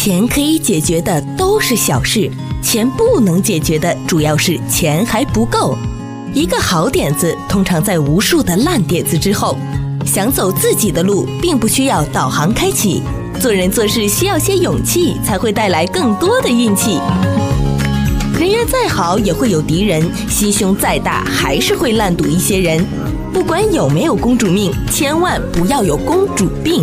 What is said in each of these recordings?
钱可以解决的都是小事，钱不能解决的主要是钱还不够。一个好点子通常在无数的烂点子之后。想走自己的路，并不需要导航开启，做人做事需要些勇气，才会带来更多的运气。人缘再好也会有敌人，心胸再大还是会烂赌一些人。不管有没有公主命，千万不要有公主病。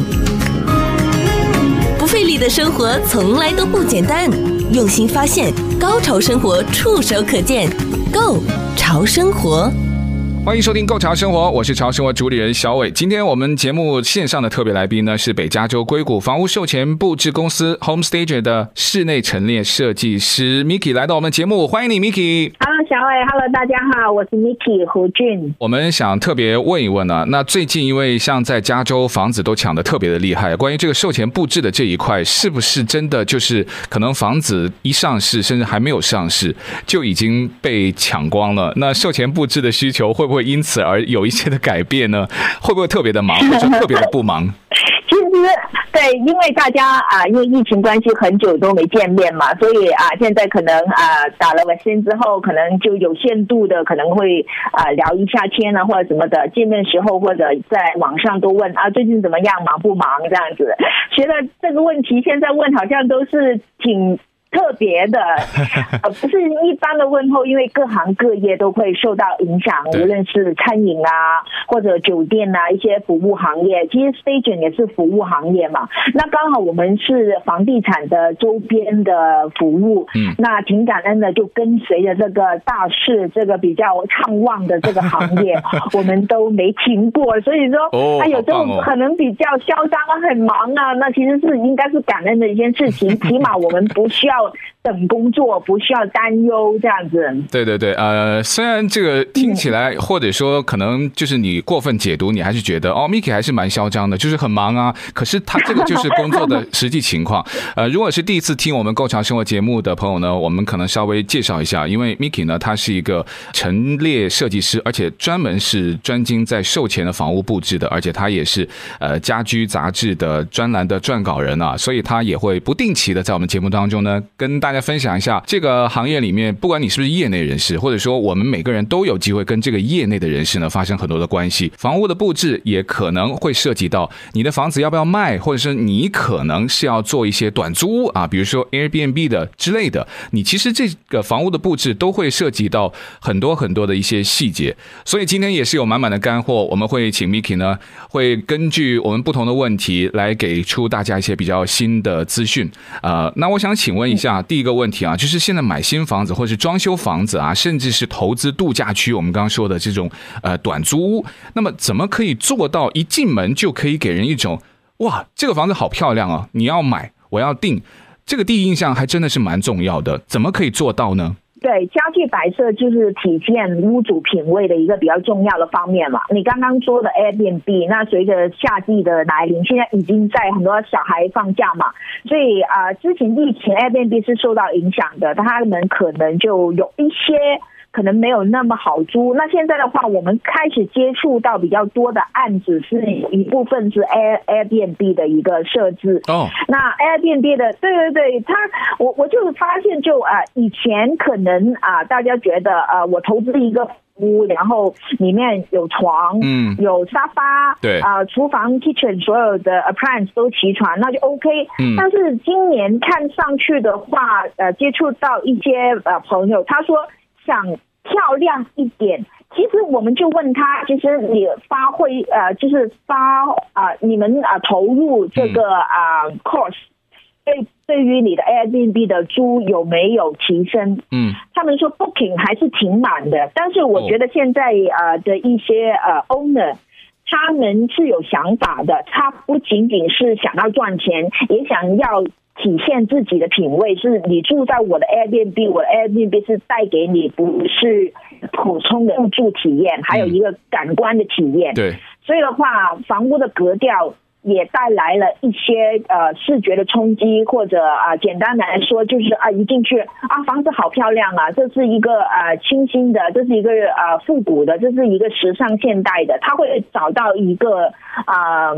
不费力的生活从来都不简单，用心发现，高潮生活触手可见 Go 潮生活。 欢迎收听《购潮生活》，我是潮生活主理人小伟。今天我们节目线上的特别来宾呢，是北加州硅谷房屋售前布置公司 Homestager 的室内陈列设计师 Miki 来到我们节目，欢迎你 Miki。Hello 小伟 ，Hello 大家好，我是 Miki 胡俊。 我们想特别问一问呢，那最近因为像在加州房子都抢得特别的厉害，关于这个售前布置的这一块，是不是真的就是可能房子一上市，甚至还没有上市就已经被抢光了？那售前布置的需求会不会因此而有一些的改变呢？会不会特别的忙，或者特别的不忙？ 其实对，因为大家因为疫情关系很久都没见面嘛，所以现在可能打了vaccine之后，可能就有限度的可能会聊一下天或者什么的，见面时候或者在网上都问最近怎么样，忙不忙这样子。觉得这个问题现在问好像都是挺特别的，不是一般的问候，因为各行各业都会受到影响，无论是餐饮或者酒店一些服务行业，其实 staging 也是服务行业嘛。那刚好我们是房地产的周边的服务，那挺感恩的，就跟随着这个大势，这个比较畅旺的这个行业，我们都没停过。所以说，有时候可能比较嚣张很忙那其实是应该是感恩的一件事情，起码我们不需要等工作，不需要担忧这样子。对对对，虽然这个听起来，或者说可能就是你过分解读，你还是觉得Miki 还是蛮嚣张的，就是很忙可是他这个就是工作的实际情况。如果是第一次听我们购潮生活节目的朋友呢，我们可能稍微介绍一下，因为 Miki 呢，他是一个陈列设计师，而且专门是专精在售前的房屋布置的，而且他也是家居杂志的专栏的撰稿人所以他也会不定期的在我们节目当中呢，跟大家分享一下这个行业里面，不管你是不是业内人士，或者说我们每个人都有机会跟这个业内的人士呢发生很多的关系。房屋的布置也可能会涉及到你的房子要不要卖，或者是你可能是要做一些短租比如说 Airbnb 的之类的，你其实这个房屋的布置都会涉及到很多很多的一些细节。所以今天也是有满满的干货，我们会请 Miki 呢，会根据我们不同的问题来给出大家一些比较新的资讯。那我想请问一下，第一个问题就是现在买新房子或是装修房子甚至是投资度假区，我们刚刚说的这种短租屋，那么怎么可以做到一进门就可以给人一种哇，这个房子好漂亮你要买，我要订，这个第一印象还真的是蛮重要的，怎么可以做到呢？ 对，家具摆设就是体现屋主品味的一个比较重要的方面嘛。你刚刚说的 Airbnb， 那随着夏季的来临，现在已经在很多小孩放假嘛，所以之前疫情 Airbnb 是受到影响的，他们可能就有一些可能没有那么好租。那现在的话，我们开始接触到比较多的案子，是一部分是 Airbnb 的一个设置。那 Airbnb 的，对对对，我就发现以前可能大家觉得我投资一个屋，然后里面有床，有沙发，对厨房 kitchen 所有的 appliance 都齐全，那就 OK。但是今年看上去的话，接触到一些朋友，他说想漂亮一点，其实我们就问他，其实你就是你们投入这个cost，对于你的 Airbnb 的租有没有提升？他们说 booking 还是挺满的，但是我觉得现在的一些owner，他们是有想法的，他不仅仅是想要赚钱，也想要体现自己的品味，是你住在我的 Airbnb， 我的 Airbnb 是带给你不是普通的入住体验，还有一个感官的体验。对，所以的话，房屋的格调也带来了一些视觉的冲击，或者简单来说就是一进去房子好漂亮这是一个清新的，这是一个复古的，这是一个时尚现代的，他会找到一个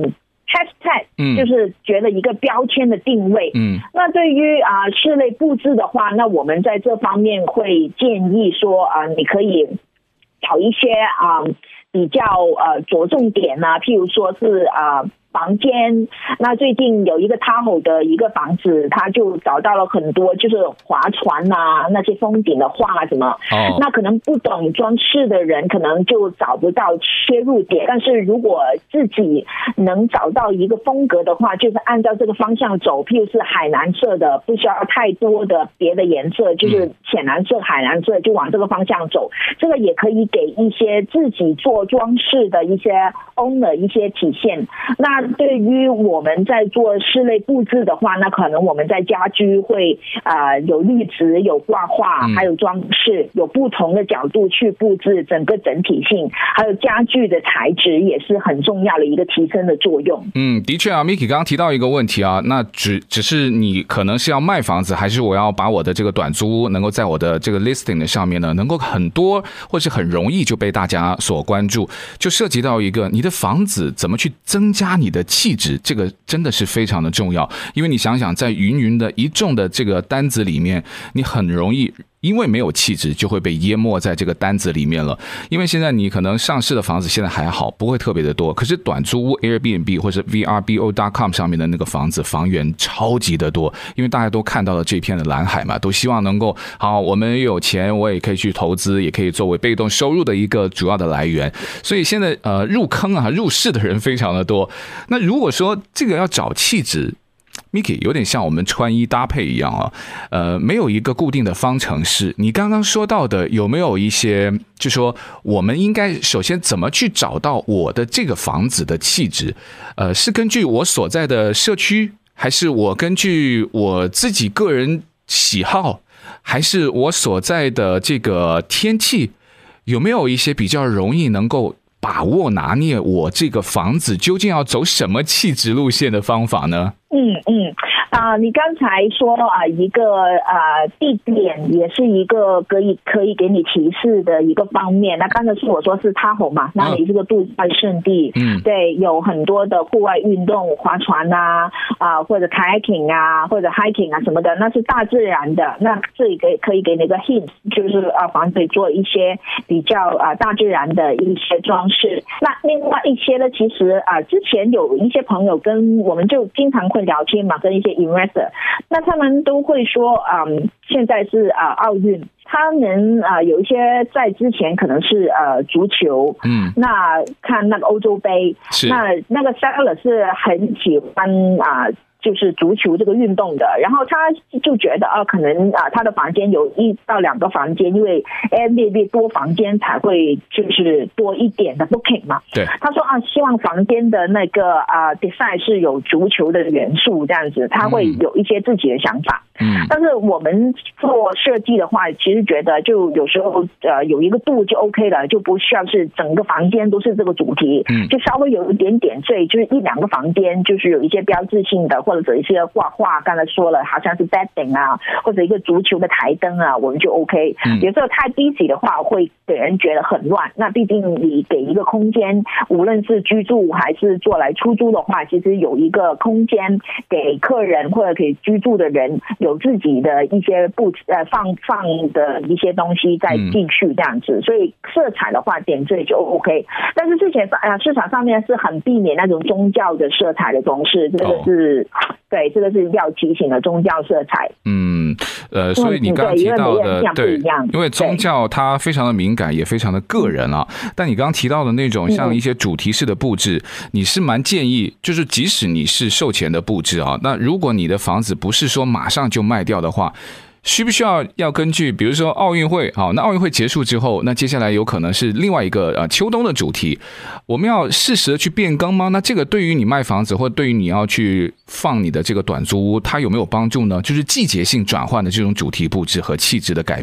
hashtag，就是觉得一个标签的定位。那对于室内布置的话，那我们在这方面会建议说你可以找一些比较着重点啊，譬如说是房间。那最近有一个Tahoe的一个房子，他就找到了很多就是划船啊，那些风景的画什么。那可能不懂装饰的人可能就找不到切入点，但是如果自己能找到一个风格的话，就是按照这个方向走，譬如是海蓝色的，不需要太多的别的颜色，就是浅蓝色、海蓝色，就往这个方向走。这个也可以给一些自己做装饰的一些 owner 一些体现。那对于我们在做室内布置的话，那可能我们在家居会有绿植、有挂画，还有装饰，有不同的角度去布置整个整体性，还有家具的材质也是很重要的一个提升的作用。 的确啊 Miki 刚刚提到一个问题啊，那只是你可能是要卖房子，还是我要把我的这个短租屋能够在我的这个 listing 的上面呢，能够很多或是很容易就被大家所关注，就涉及到一个你的房子怎么去增加你的气质，这个真的是非常的重要。因为你想想，在芸的一众的这个单子里面，你很容易因为没有气质就会被淹没在这个单子里面了。因为现在你可能上市的房子现在还好，不会特别的多，可是短租屋 Airbnb 或者 VRBO.com 上面的那个房源超级的多，因为大家都看到了这片的蓝海嘛，都希望能够好，我们有钱我也可以去投资，也可以作为被动收入的一个主要的来源。所以现在入坑入市的人非常的多。那如果说这个要找气质，Miki 有点像我们穿衣搭配一样没有一个固定的方程式。你刚刚说到的有没有一些，就说我们应该首先怎么去找到我的这个房子的气质？是根据我所在的社区，还是我根据我自己个人喜好，还是我所在的这个天气？有没有一些比较容易能够把握拿捏我这个房子究竟要走什么气质路线的方法呢？ 你刚才说一个地点也是一个可以给你提示的一个方面。那刚才是我说是Tahoe嘛，那里是个度假胜地，对，有很多的户外运动，划船或者 kayaking 或者 hiking 什么的，那是大自然的。那这里可以给你一个 hint， 就是房子里做一些比较大自然的一些装饰。那另外一些呢，其实之前有一些朋友跟我们就经常会聊天嘛，跟一些 investor， 那他们都会说现在是奥运，他们有一些在之前可能是足球，那看那个欧洲杯，那个 seller 是很喜欢就是足球这个运动的，然后他就觉得可能他的房间有1到2个房间，因为 Airbnb 多房间才会就是多一点的 booking 嘛。 对， 他说希望房间的那个design 是有足球的元素，这样子他会有一些自己的想法。但是我们做设计的话，其实觉得就有时候有一个度就 OK 了，就不需要是整个房间都是这个主题，就稍微有一点点缀，就是1、2个房间就是有一些标志性的，或者一些画画，刚才说了好像是 bedding 或者一个足球的台灯我们就 OK。有时候太 busy 的话会给人觉得很乱，那毕竟你给一个空间，无论是居住还是做来出租的话，其实有一个空间给客人或者给居住的人有自己的一些放的一些东西再进去这样子，所以色彩的话点缀就 OK。但是之前市场上面是很避免那种宗教的色彩的装饰，这个是对，这个是要提醒的宗教色彩。 所以你刚刚提到的，对，因为宗教它非常的敏感，也非常的个人但你刚刚提到的那种像一些主题式的布置，你是蛮建议，就是即使你是售前的布置那如果你的房子不是说马上就卖掉的话，需不需要根据比如说奥运会那奥运会结束之后，那接下来有可能是另外一个秋冬的主题，我们要适时的去变更吗？那这个对于你卖房子或对于你要去放你的这个短租屋，它有没有帮助呢？就是季节性转换的这种主题布置和气质的改变。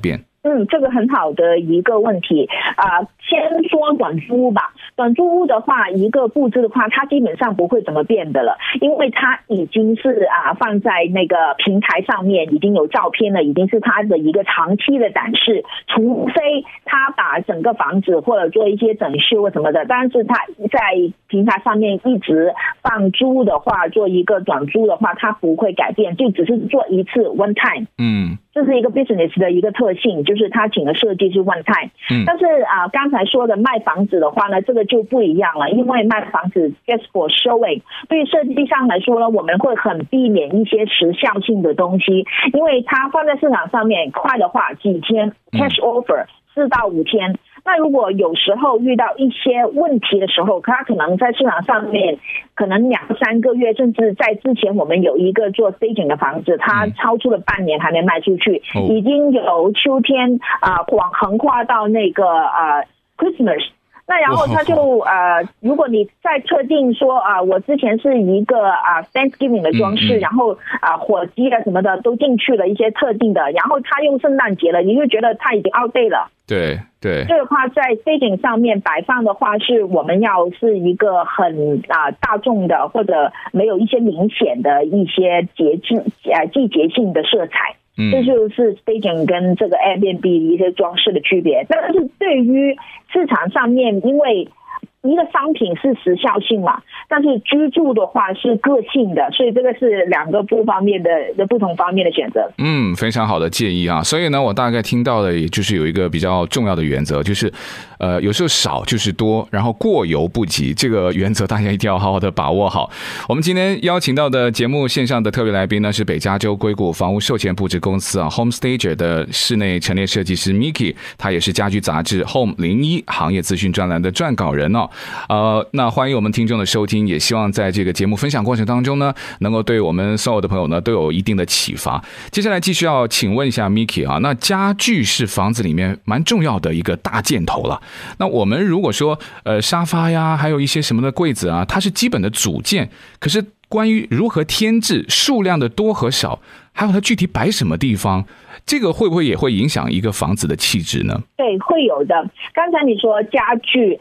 这个很好的一个问题先说短租屋吧。短租屋的话，一个布置的话，它基本上不会怎么变的了，因为它已经是放在那个平台上面，已经有照片了，已经是它的一个长期的展示。除非它把整个房子或者做一些整修什么的，但是它在平台上面一直放租的话，做一个短租的话，它不会改变，就只是做一次 one time。这是一个 business 的一个特性，就是他请的设计是 one time。但是刚才说的卖房子的话呢，这个就不一样了，因为卖房子 just for showing， 对于设计上来说呢，我们会很避免一些时效性的东西，因为它放在市场上面快的话几天 cash offer 4到5天。那如果有时候遇到一些问题的时候，它可能在市场上面可能2、3个月，甚至在之前我们有一个做 staging 的房子，它超出了半年还没卖出去，已经有秋天横跨到那个Christmas。那然后他就如果你在特定说我之前是一个Thanksgiving 的装饰，然后火鸡什么的都进去了一些特定的，然后他用圣诞节了，你就觉得他已经 outdate 了。对，这个话在 staging 上面摆放的话，是我们要是一个很大众的，或者没有一些明显的一些季节性的色彩。这就是 staging 跟这个 Airbnb 一些装饰的区别。但是对于市场上面，因为一个商品是时效性嘛，但是居住的话是个性的，所以这个是2个不同方面的选择。 非常好的建议啊！所以呢，我大概听到的也就是有一个比较重要的原则，就是有时候少就是多，然后过犹不及，这个原则大家一定要好好的把握好。我们今天邀请到的节目线上的特别来宾呢，是北加州硅谷房屋售前布置公司Homestager 的室内陈列设计师 Miki， 他也是家居杂志 Home 01行业资讯专栏的撰稿人哦。那欢迎我们听众的收听，也希望在这个节目分享过程当中呢，能够对我们所有的朋友呢都有一定的启发。接下来继续要请问一下 Miki 那家具是房子里面蛮重要的一个大件头了。那我们如果说沙发呀，还有一些什么的柜子它是基本的组件，可是关于如何添置、数量的多和少，还有它具体摆什么地方，这个会不会也会影响一个房子的气质呢？对，会有的。刚才你说家具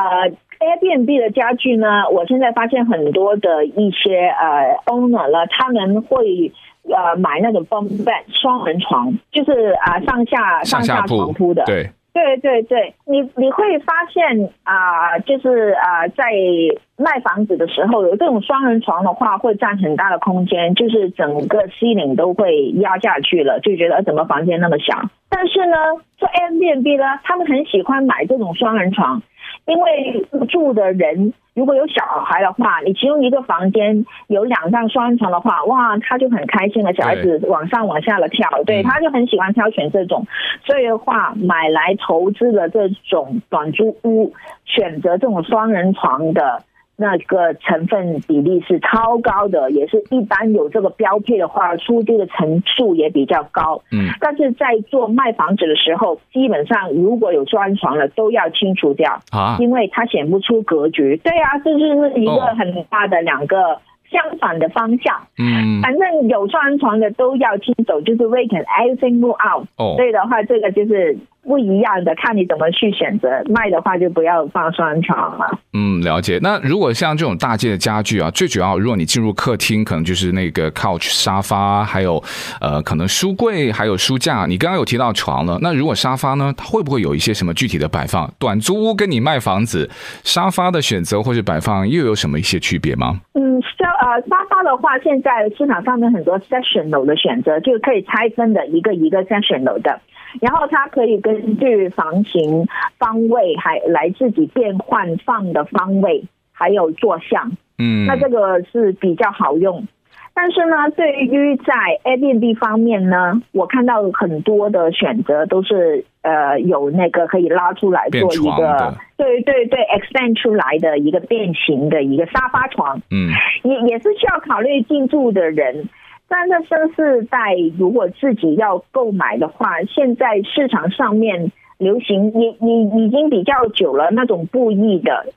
Airbnb 的家具呢，我现在发现很多的一些owner 了，他们会买那种 bunk bed 双人床，就是上下床铺的。对，你会发现就是在卖房子的时候，有这种双人床的话，会占很大的空间，就是整个 ceiling 都会压下去了，就觉得怎么房间那么小。但是呢，做 Airbnb 呢，他们很喜欢买这种双人床，因为住的人如果有小孩的话，你其中一个房间有2张双人床的话，哇，他就很开心了，小孩子往上往下的跳，对，他就很喜欢挑选这种。所以的话，买来投资的这种短租屋，选择这种双人床的那个成分比例是超高的，也是一般有这个标配的话，出租的层数也比较高。但是在做卖房子的时候，基本上如果有双人床了，都要清除掉因为它显不出格局。对啊，这就是一个很大的2个相反的方向。反正有双人床的都要清走，就是 vacant everything move out。所以的话，这个就是不一样的，看你怎么去选择。卖的话就不要放双人床了。了解。那如果像这种大件的家具最主要如果你进入客厅，可能就是那个 couch 沙发，还有可能书柜，还有书架。你刚刚有提到床了，那如果沙发呢，它会不会有一些什么具体的摆放？短租屋跟你卖房子，沙发的选择或是摆放又有什么一些区别吗？沙发的话，现在市场上面很多 sectional 的选择，就可以拆分的一个 sectional 的，然后它可以根据房型、方位还来自己变换放的方位，还有坐向。那这个是比较好用。但是呢，对于在 Airbnb 方面呢，我看到很多的选择都是有那个可以拉出来做一个对 extend 出来的一个变形的一个沙发床。也是需要考虑进驻的人。但是新世代如果自己要购买的话，现在市场上面流行已经比较久了那种布艺的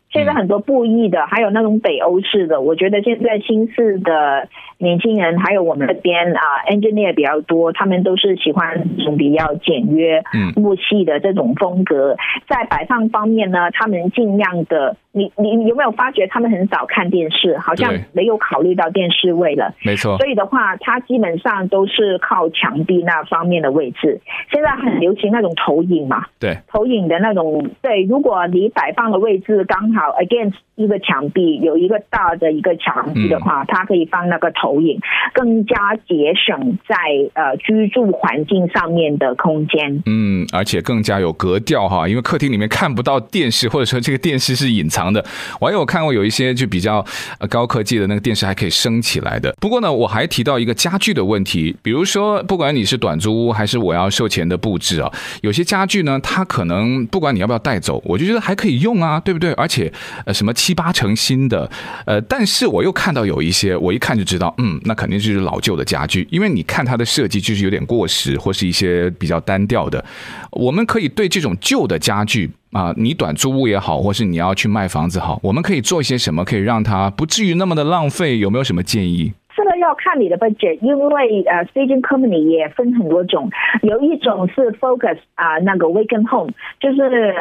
现在很多布艺的，还有那种北欧式的，我觉得现在新式的年轻人，还有我们这边engineer 比较多，他们都是喜欢这种比较简约、木系的这种风格。在摆放方面呢，他们尽量的，你有没有发觉他们很少看电视，好像没有考虑到电视位了。 没错。 所以的话，他基本上都是靠墙壁那方面的位置。现在很流行那种投影嘛， 对， 投影的那种，对，如果你摆放的位置刚好 against 一个墙壁，有一个大的一个墙壁的话，它可以放那个投影，更加节省在居住环境上面的空间。 而且更加有格调哈，因为客厅里面看不到电视，或者说这个电视是隐藏的。我还有看过有一些就比较高科技的那个电视还可以升起来的。不过呢，我还提到一个家具的问题，比如说不管你是短租屋还是我要售前的布置啊，有些家具呢，它可能不管你要不要带走，我就觉得还可以用啊，对不对？而且什么7、8成新的，但是我又看到有一些，我一看就知道，那肯定就是老旧的家具，因为你看它的设计就是有点过时，或是一些比较单调的。我们可以对这种旧的家具你短租屋也好，或是你要去卖房子好，我们可以做一些什么，可以让它不至于那么的浪费？有没有什么建议？ 这个要看你的 budget， 因为staging company 也分很多种，有一种是 focus 那个 vacant home， 就是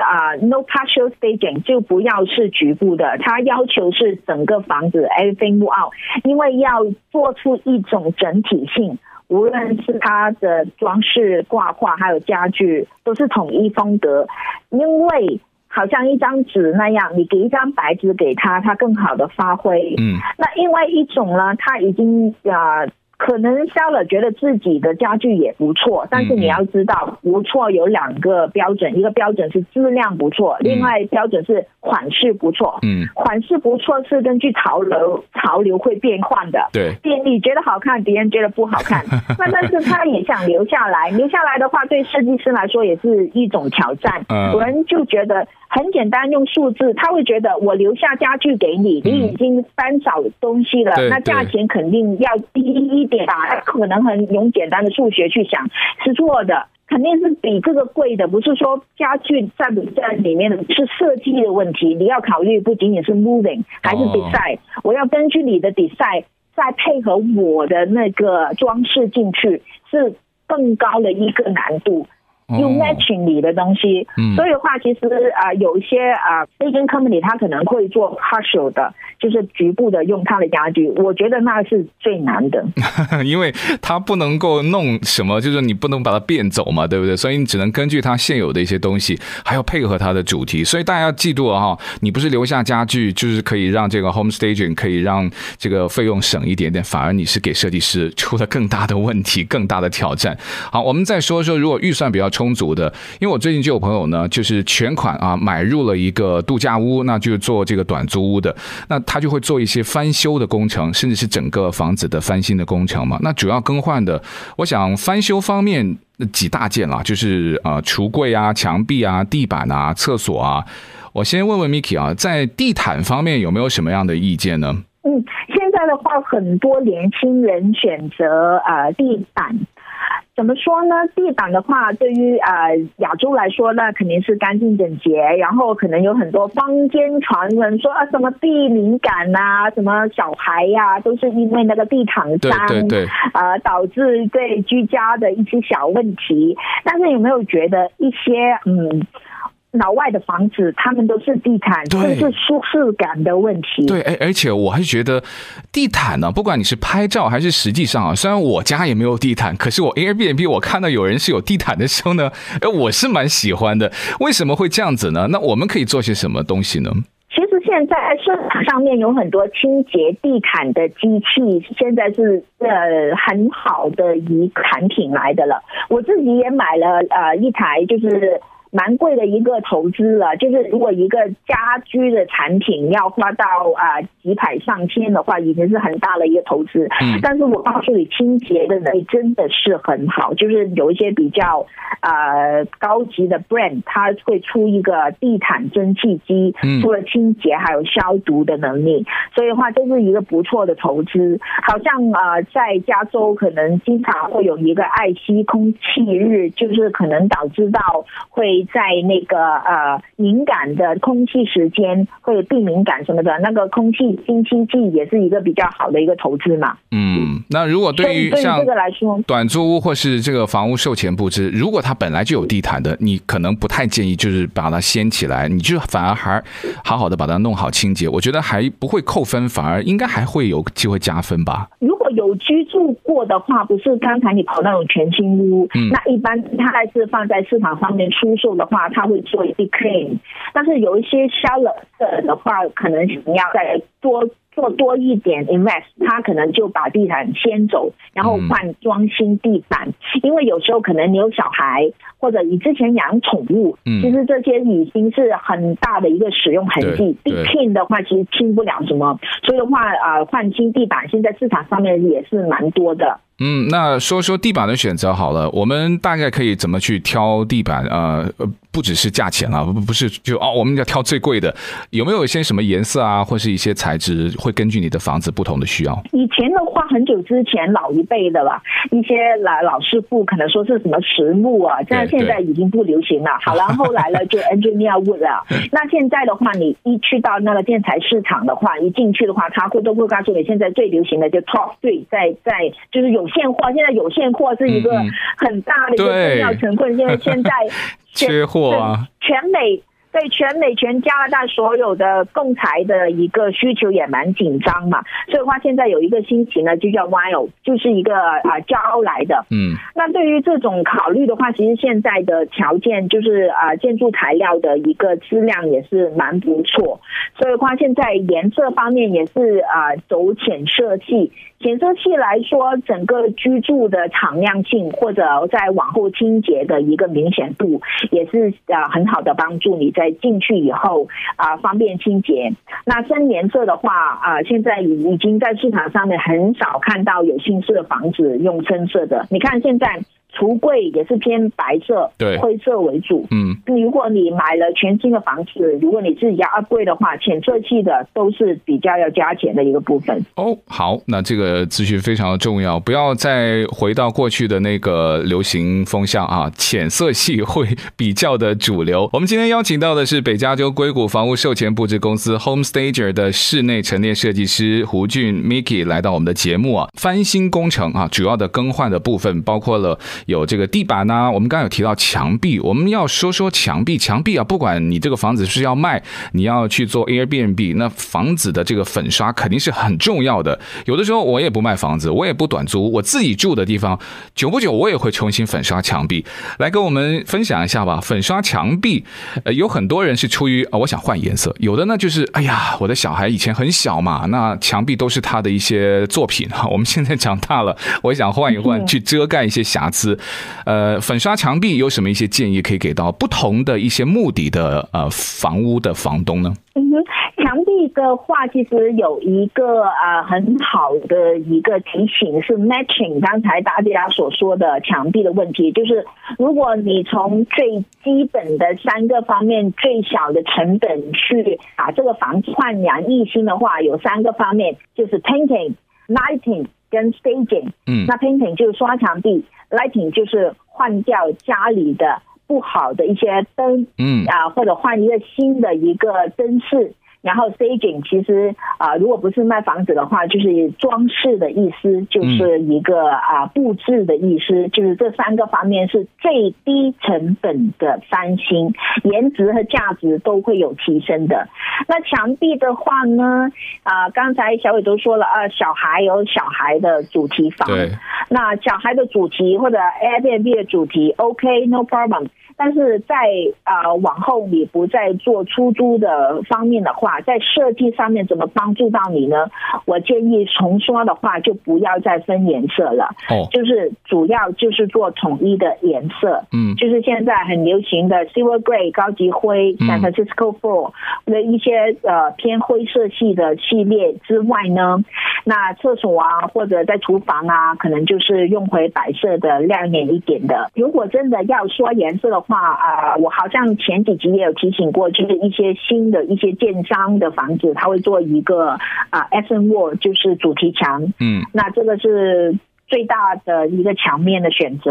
no partial staging， 就不要是局部的，它要求是整个房子 everything move out， 因为要做出一种整体性。无论是它的装饰、挂画还有家具都是统一风格，因为好像一张纸那样，你给一张白纸给他，他更好的发挥。那另外一种呢，他已经可能销了，觉得自己的家具也不错，但是你要知道，不错有2个标准，一个标准是质量不错，另外标准是款式不错。款式不错是根据潮流会变换的。 对， 你觉得好看，别人觉得不好看。那但是他也想留下来，留下来的话，对设计师来说也是一种挑战。有人就觉得很简单，用数字，他会觉得我留下家具给你，你已经搬少东西了，那价钱肯定要低一点吧？可能用简单的数学去想，是错的，肯定是比这个贵的。不是说家具在不在里面的，是设计的问题。你要考虑不仅仅是 moving， 还是 design，我要根据你的 design 再配合我的那个装饰进去，是更高的一个难度。用 matching 你的东西，所以的话，其实有一些staging company 他可能会做 partial 的，就是局部的用他的家具，我觉得那是最难的， 因为他不能够弄什么，就是你不能把它变走嘛，对不对？所以你只能根据它现有的一些东西，还要配合它的主题。所以大家要记住了哈，你不是留下家具，就是可以让这个 home staging 可以让这个费用省一点点，反而你是给设计师出了更大的问题，更大的挑战。好，我们再说说，如果预算比较充足的，因为我最近就有朋友呢，就是全款买入了一个度假屋，那就是做这个短租屋的，那他就会做一些翻修的工程，甚至是整个房子的翻新的工程嘛。那主要更换的，我想翻修方面几大件啦，就是橱柜啊、墙壁啊、地板啊、厕所啊。我先问问 Miki 在地毯方面有没有什么样的意见呢？ 现在的话，很多年轻人选择地板。怎么说呢？地板的话，对于亚洲来说呢，肯定是干净整洁，然后可能有很多坊间传闻说什么地敏感啊，什么小孩呀，都是因为那个地毯脏，导致对居家的一些小问题。但是有没有觉得一些老外的房子他们都是地毯，这是舒适感的问题。 对，而且我还觉得地毯呢，不管你是拍照还是实际上虽然我家也没有地毯，可是我 Airbnb 我看到有人是有地毯的时候呢，我是蛮喜欢的。为什么会这样子呢？那我们可以做些什么东西呢？ 其实现在市场上面有很多清洁地毯的机器，现在是很好的一个产品来的了。我自己也买了一台，就是蛮贵的一个投资了，就是如果一个家居的产品要花到几百上千的话，已经是很大的一个投资。但是我告诉你，清洁的能力真的是很好，就是有一些比较高级的 brand， 它会出一个地毯蒸汽机，除了清洁还有消毒的能力，所以的话这是一个不错的投资。好像在加州可能经常会有一个爱惜空气日，就是可能导致到会会在那个敏感的空气时间会有地敏感什么的，那个空气清新剂也是一个比较好的一个投资嘛。 那如果对于像这个来说， 短租屋或是这个房屋售前布置，如果它本来就有地毯的，你可能不太建议就是把它掀起来，你就反而还好好的把它弄好清洁，我觉得还不会扣分，反而应该还会有机会加分吧。 如果有居住过的话，不是刚才你跑那种全新屋，那一般它还是放在市场上面出售的话，它会做一些 clean， 但是有一些消了的话，可能你要再做多一点 invest， 他可能就把地毯先走，然后换装新地板，因为有时候可能你有小孩，或者你之前养宠物，其实这些已经是很大的一个使用痕迹。地片的话，其实清不了什么，所以的话换新地板现在市场上面也是蛮多的。 那说说地板的选择好了，我们大概可以怎么去挑地板？不只是价钱了，不是就我们要挑最贵的，有没有一些什么颜色啊，或是一些材质，会根据你的房子不同的需要？ 以前的话，很久之前老一辈的了，一些老师傅可能说是什么实木啊，现在已经不流行了。好了，后来了就 engineer wood 了。那现在的话，你一去到那个建材市场的话，一进去的话，他都会告诉你，现在最流行的就 top 3，在就是有现货。现在有现货是一个很大的一个重要成分。现在缺货啊， 全美全加拿大所有的供材的一个需求也蛮紧张嘛，所以的话现在有一个新型呢，就叫 Vinyl， 就是一个胶来的。那对于这种考虑的话，其实现在的条件就是建筑材料的一个质量也是蛮不错，所以的话现在颜色方面也是走浅色系。浅色系来说，整个居住的敞亮性或者在往后清洁的一个明显度，也是很好的帮助你在进去以后方便清洁。那深颜色的话现在已经在市场上面很少看到有新式的房子用深色的。你看现在橱柜也是偏白色、灰色为主。如果你买了全新的房子，如果你自己要upgrade的话，浅色系的都是比较要加钱的一个部分。 好，那这个资讯非常的重要，不要再回到过去的那个流行风向浅色系会比较的主流。我们今天邀请到的是北加州硅谷房屋售前布置公司 Homestager 的室内陈列设计师胡俊 Mickey 来到我们的节目翻新工程主要的更换的部分包括了有这个地板我们刚刚有提到墙壁，我们要说说墙壁不管你这个房子是要卖，你要去做 Airbnb， 那房子的这个粉刷肯定是很重要的。有的时候我也不卖房子，我也不短租，我自己住的地方久不久我也会重新粉刷墙壁。来跟我们分享一下吧，粉刷墙壁有很多人是出于我想换颜色，有的呢就是我的小孩以前很小嘛，那墙壁都是他的一些作品我们现在长大了，我想换一换去遮盖一些瑕疵。粉刷墙壁有什么一些建议可以给到不同的一些目的的房屋的房东呢？ 墙壁的话，其实有一个很好的一个提醒是 matching 刚才大家所说的墙壁的问题，就是如果你从最基本的3个方面最小的成本去把这个房子焕然一新的话，有3个方面，就是 painting、lighting 跟 staging。那 painting 就是刷墙壁， lighting 就是换掉家里的不好的一些灯，或者换一个新的一个灯饰。然后 staging 其实如果不是卖房子的话，就是装饰的意思，就是一个布置的意思，就是这3个方面是最低成本的翻新，颜值和价值都会有提升的。那墙壁的话呢刚才小伟都说了小孩有小孩的主题房，那小孩的主题或者 Airbnb 的主题 OK no problem， 但是在往后你不再做出租的方面的话，在设计上面怎么帮助到你呢？我建议重刷的话就不要再分颜色了，就是主要就是做统一的颜色，就是现在很流行的 Silver Gray 高级灰、San Francisco Four 的一些偏灰色系的系列之外呢，那厕所或者在厨房可能就是用回白色的亮眼一点的。如果真的要刷颜色的话我好像前几集也有提醒过，就是一些新的一些建商的房子，他会做一个Accent Wall， 就是主题墙，那这个是最大的一个墙面的选择。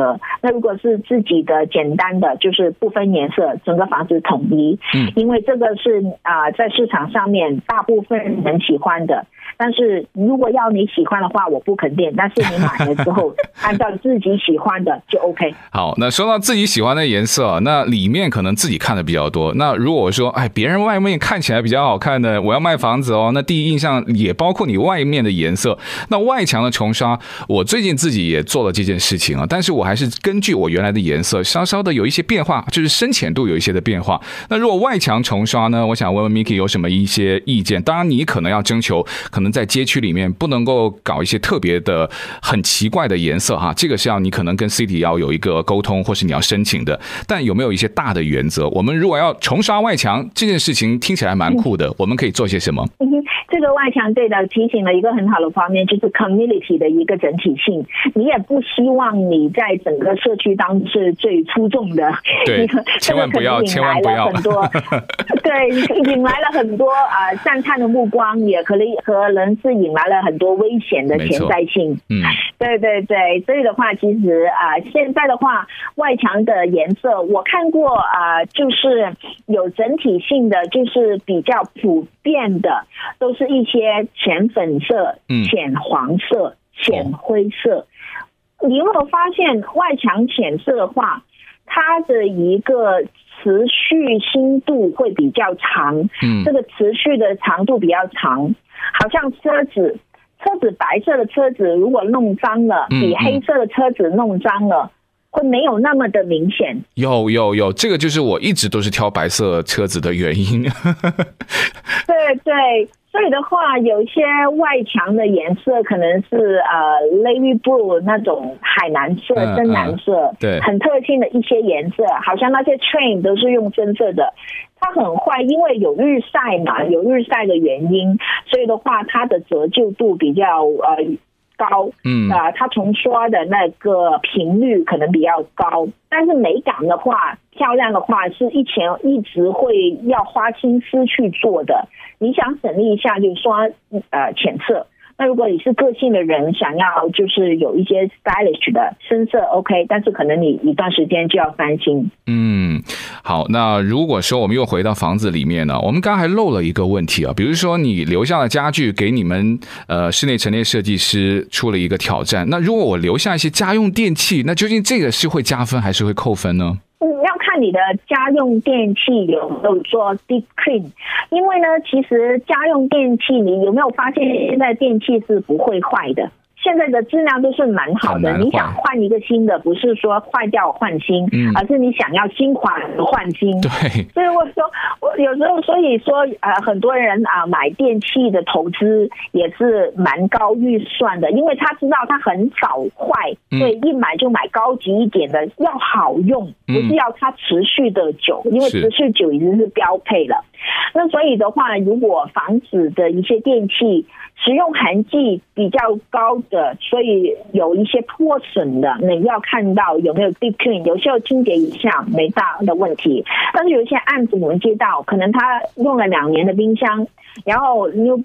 那如果是自己的简单的，就是不分颜色，整个房子统一，因为这个是在市场上面大部分人喜欢的。但是如果要你喜欢的话，我不肯定。但是你买了之后，按照自己喜欢的就 OK。 好，那说到自己喜欢的颜色，那里面可能自己看的比较多。那如果说，别人外面看起来比较好看的，我要卖房子哦，那第一印象也包括你外面的颜色。那外墙的重刷，我最近自己也做了这件事情啊，但是我还是根据我原来的颜色稍稍的有一些变化，就是深浅度有一些的变化。那如果外墙重刷呢，我想问问 Miki 有什么一些意见？当然你可能要征求，可能在街区里面不能够搞一些特别的很奇怪的颜色哈，这个是要你可能跟 City 要有一个沟通，或是你要申请的。但有没有一些大的原则？我们如果要重刷外墙这件事情听起来蛮酷的，我们可以做些什么？ 这个外墙对的提醒了一个很好的方面，就是 community 的一个整体性。你也不希望你在整个社区当中是最出众的， 对，千万不要，千万不要。 对，引来了很多赞叹的目光，也可能是引来了很多危险的潜在性。对对对，所以的话，其实现在的话，外墙的颜色我看过就是有整体性的，就是比较普遍的，都是一些浅粉色、浅黄色、浅灰色。你有没有发现外墙浅色的话，它的一个持续心度会比较长，这个持续的长度比较长，好像车子白色的车子如果弄脏了，比黑色的车子弄脏了会没有那么的明显。 有，这个就是我一直都是挑白色车子的原因。 对对，所以的话，有一些外墙的颜色可能是navy blue 那种海蓝色、深蓝色，对，很特性的一些颜色，好像那些 train 都是用深色的。它很坏，因为有日晒嘛，有日晒的原因，所以的话，它的折旧度比较高，它重刷的那个频率可能比较高，但是美感的话，漂亮的话是一直会要花心思去做的。你想省力一下就刷浅色，那如果你是个性的人，想要就是有一些 stylish 的深色 OK， 但是可能你一段时间就要翻新。 好，那如果说我们又回到房子里面呢，我们刚才还漏了一个问题啊，比如说你留下的家具给你们室内陈列设计师出了一个挑战，那如果我留下一些家用电器，那究竟这个是会加分还是会扣分呢？ 要看你的家用电器有没有做 deep clean， 因为呢，其实家用电器你有没有发现现在电器是不会坏的，现在的质量都是蛮好的。你想换一个新的，不是说坏掉换新，而是你想要新款换新。 对， 所以我有时候，所以说很多人买电器的投资也是蛮高预算的，因为他知道他很少坏，所以一买就买高级一点的，要好用，不是要它持续的久，因为持续久已经是标配了。那所以的话，如果房子的一些电器使用痕迹比较高的，所以有一些破损的，你要看到有没有 deep clean， 有时候清洁一下没大的问题。但是有一些案子我们接到，可能他用了2年的冰箱，然后 new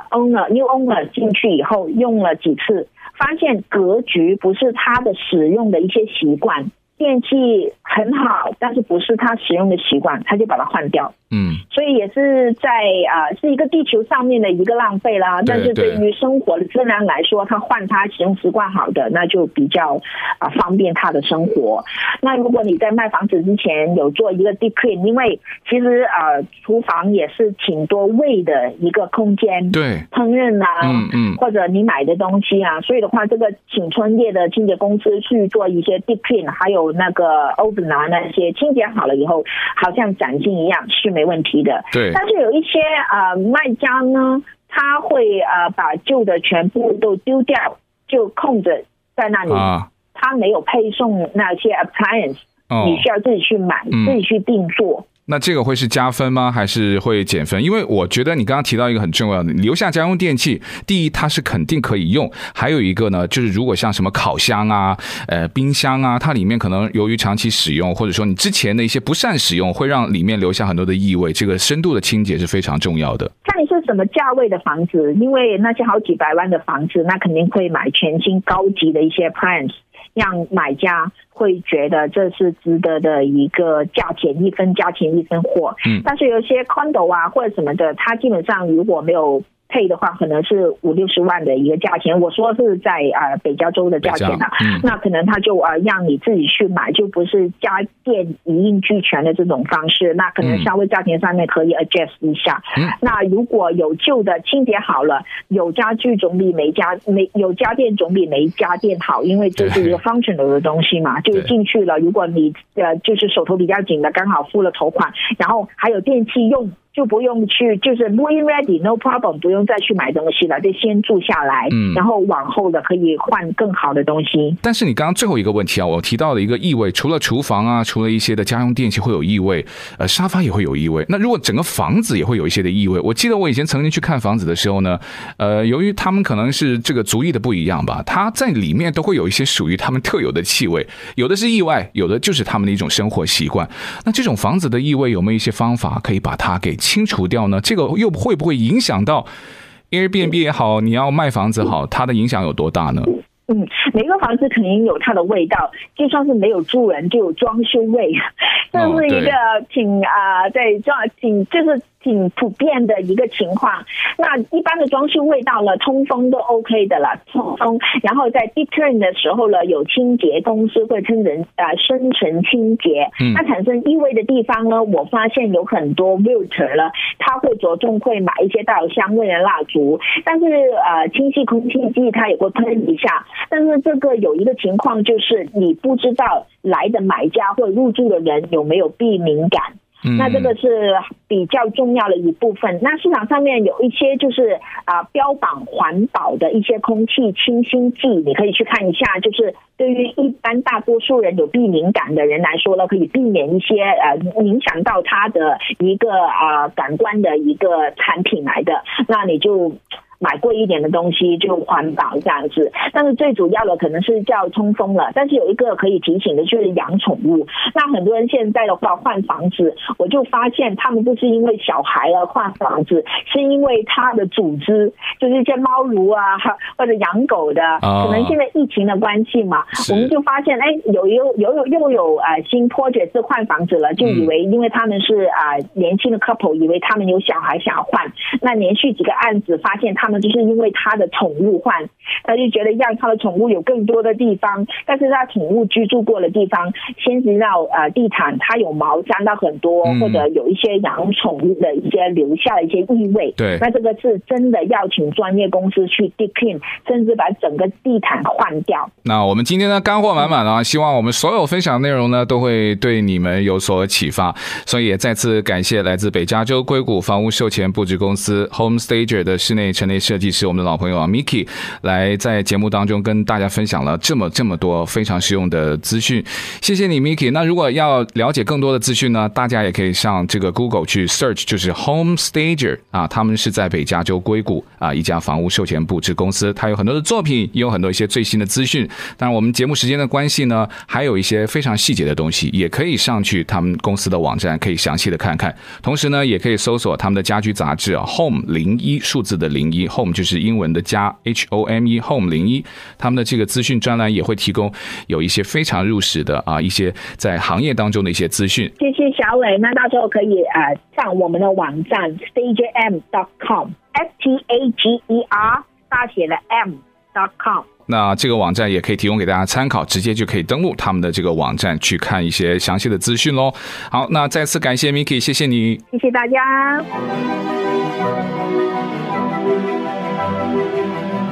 owner 进去以后用了几次，发现格局不是他的使用的一些习惯，电器很好，但是不是他使用的习惯，他就把它换掉。所以也是在是一个地球上面的一个浪费啦。但是对于生活的质量来说，他换他使用习惯好的，那就比较方便他的生活。那如果你在卖房子之前有做一个 deep clean， 因为其实厨房也是挺多位的一个空间，对，烹饪或者你买的东西所以的话，这个请专业的清洁公司去做一些 deep clean， 还有那个 oven 那些清洁好了以后，好像崭新一样是没问题的。对，但是有一些卖家呢，他会把旧的全部都丢掉，就空着在那里，他没有配送那些 appliance，你需要自己去买，自己去定做。 那这个会是加分吗？还是会减分？因为我觉得你刚刚提到一个很重要的，留下家用电器，第一它是肯定可以用，还有一个呢，就是如果像什么烤箱冰箱它里面可能由于长期使用，或者说你之前的一些不善使用，会让里面留下很多的异味，这个深度的清洁是非常重要的。 看你是什么价位的房子，因为那些好几百万的房子，那肯定会买全新高级的一些 appliance， 让买家会觉得这是值得的一个价钱，一分价钱一分货。但是有些 condo 啊或者什么的，它基本上如果没有配的话，可能是50-60万的一个价钱。我说是在北加州的价钱啊，那可能他就让你自己去买，就不是家电一应俱全的这种方式。那可能稍微价钱上面可以 adjust 一下。那如果有旧的清洁好了，有家具总比有家电总比没家电好，因为这是一个 functional 的东西嘛，就是进去了，如果你就是手头比较紧的，刚好付了头款，然后还有电器用，就不用去，就是 move ready no problem， 不用再去买东西了，就先住下来，然后往后的可以换更好的东西。 但是你刚刚最后一个问题啊，我提到的一个异味，除了厨房啊，除了一些的家用电器会有异味，沙发也会有异味。那如果整个房子也会有一些的异味，我记得我以前曾经去看房子的时候呢，由于他们可能是这个族裔的不一样吧，它在里面都会有一些属于他们特有的气味，有的是意外，有的就是他们的一种生活习惯。那这种房子的异味有没有一些方法可以把它给清除掉呢？这个又会不会影响到 Airbnb 也好，你要卖房子好，它的影响有多大呢？ 每个房子肯定有它的味道，就算是没有住人就有装修味，这是一个挺普遍的一个情况。那一般的装修味道呢，通风都 OK 的了，通风，然后在 deep clean 的时候呢，有清洁公司会深层清洁。那产生异味的地方呢，我发现有很多 realtor 了，他会着重会买一些带有香味的蜡烛，但是清晰空气剂它也会喷一下。但是这个有一个情况，就是你不知道来的买家或入住的人有没有鼻敏感。那这个是比较重要的一部分。那市场上面有一些就是标榜环保的一些空气清新剂，你可以去看一下，就是对于一般大多数人有鼻敏感的人来说呢，可以避免一些影响到他的一个感官的一个产品来的。那你就买贵一点的东西就环保这样子，但是最主要的可能是叫通风了。但是有一个可以提醒的就是养宠物。那很多人现在的话换房子，我就发现他们不是因为小孩而换房子，是因为他的组织，就是一些猫奴啊或者养狗的，可能现在疫情的关系嘛，我们就发现又有新 project 是换房子了，就以为因为他们是年轻的 couple， 以为他们有小孩想要换，那连续几个案子发现他们就是因为他的宠物换，他就觉得让他的宠物有更多的地方，但是他宠物居住过的地方牵涉到地毯，它有毛沾到很多，或者有一些养宠物的一些留下的一些异味。 对， 那这个是真的要请专业公司去 deep clean， 甚至把整个地毯换掉。 那我们今天呢干货满满啊，希望我们所有分享的内容呢都会对你们有所启发，所以也再次感谢来自北加州硅谷房屋售前布置公司 Homestager 的室内陈列设计师，我们的老朋友Miki 来在节目当中跟大家分享了这么多非常实用的资讯，谢谢你 Miki。 那如果要了解更多的资讯呢，大家也可以上这个 Google 去 search， 就是 Homestager 他们是在北加州硅谷一家房屋售前布置公司，它有很多的作品，也有很多一些最新的资讯。当然我们节目时间的关系呢，还有一些非常细节的东西也可以上去他们公司的网站可以详细的看看，同时呢也可以搜索他们的家居杂志Home 01数字的01， Home 就是英文的加 HOME Home 01，他们的这个资讯专栏也会提供有一些非常入史的一些在行业当中的一些资讯。 谢谢小伟，那到时候可以上我们的网站 stagerm.com STAGER 大写的 M.com， 那这个网站也可以提供给大家参考，直接就可以登录他们的这个网站去看一些详细的资讯咯。好，那再次感谢 Miki， 谢谢你， 谢谢大家。